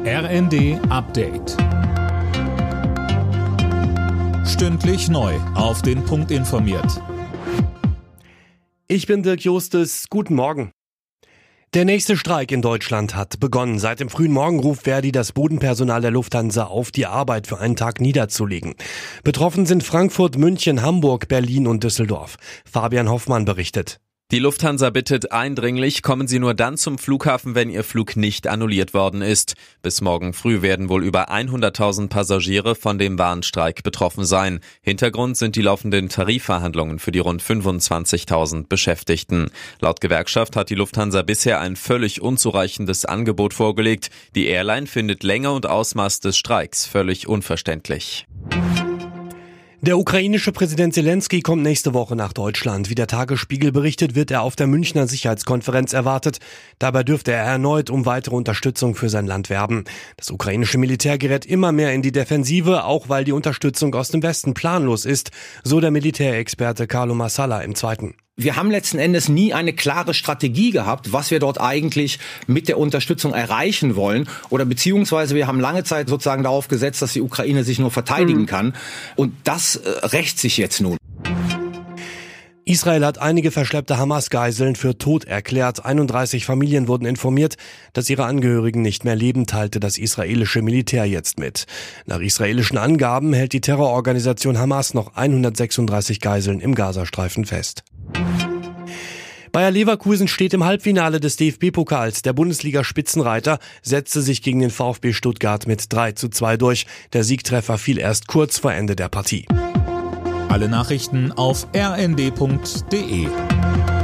RND Update. Stündlich neu auf den Punkt informiert. Ich bin Dirk Justus. Guten Morgen. Der nächste Streik in Deutschland hat begonnen. Seit dem frühen Morgen ruft Verdi das Bodenpersonal der Lufthansa auf, die Arbeit für einen Tag niederzulegen. Betroffen sind Frankfurt, München, Hamburg, Berlin und Düsseldorf. Fabian Hoffmann berichtet. Die Lufthansa bittet eindringlich, kommen Sie nur dann zum Flughafen, wenn Ihr Flug nicht annulliert worden ist. Bis morgen früh werden wohl über 100.000 Passagiere von dem Warnstreik betroffen sein. Hintergrund sind die laufenden Tarifverhandlungen für die rund 25.000 Beschäftigten. Laut Gewerkschaft hat die Lufthansa bisher ein völlig unzureichendes Angebot vorgelegt. Die Airline findet Länge und Ausmaß des Streiks völlig unverständlich. Der ukrainische Präsident Zelensky kommt nächste Woche nach Deutschland. Wie der Tagesspiegel berichtet, wird er auf der Münchner Sicherheitskonferenz erwartet. Dabei dürfte er erneut um weitere Unterstützung für sein Land werben. Das ukrainische Militär gerät immer mehr in die Defensive, auch weil die Unterstützung aus dem Westen planlos ist, so der Militärexperte Carlo Massala im Zweiten. Wir haben letzten Endes nie eine klare Strategie gehabt, was wir dort eigentlich mit der Unterstützung erreichen wollen. Oder beziehungsweise wir haben lange Zeit sozusagen darauf gesetzt, dass die Ukraine sich nur verteidigen kann. Und das rächt sich jetzt nun. Israel hat einige verschleppte Hamas-Geiseln für tot erklärt. 31 Familien wurden informiert, dass ihre Angehörigen nicht mehr leben, teilte das israelische Militär jetzt mit. Nach israelischen Angaben hält die Terrororganisation Hamas noch 136 Geiseln im Gazastreifen fest. Bayer Leverkusen steht im Halbfinale des DFB-Pokals. Der Bundesliga-Spitzenreiter setzte sich gegen den VfB Stuttgart mit 3:2 durch. Der Siegtreffer fiel erst kurz vor Ende der Partie. Alle Nachrichten auf rnd.de.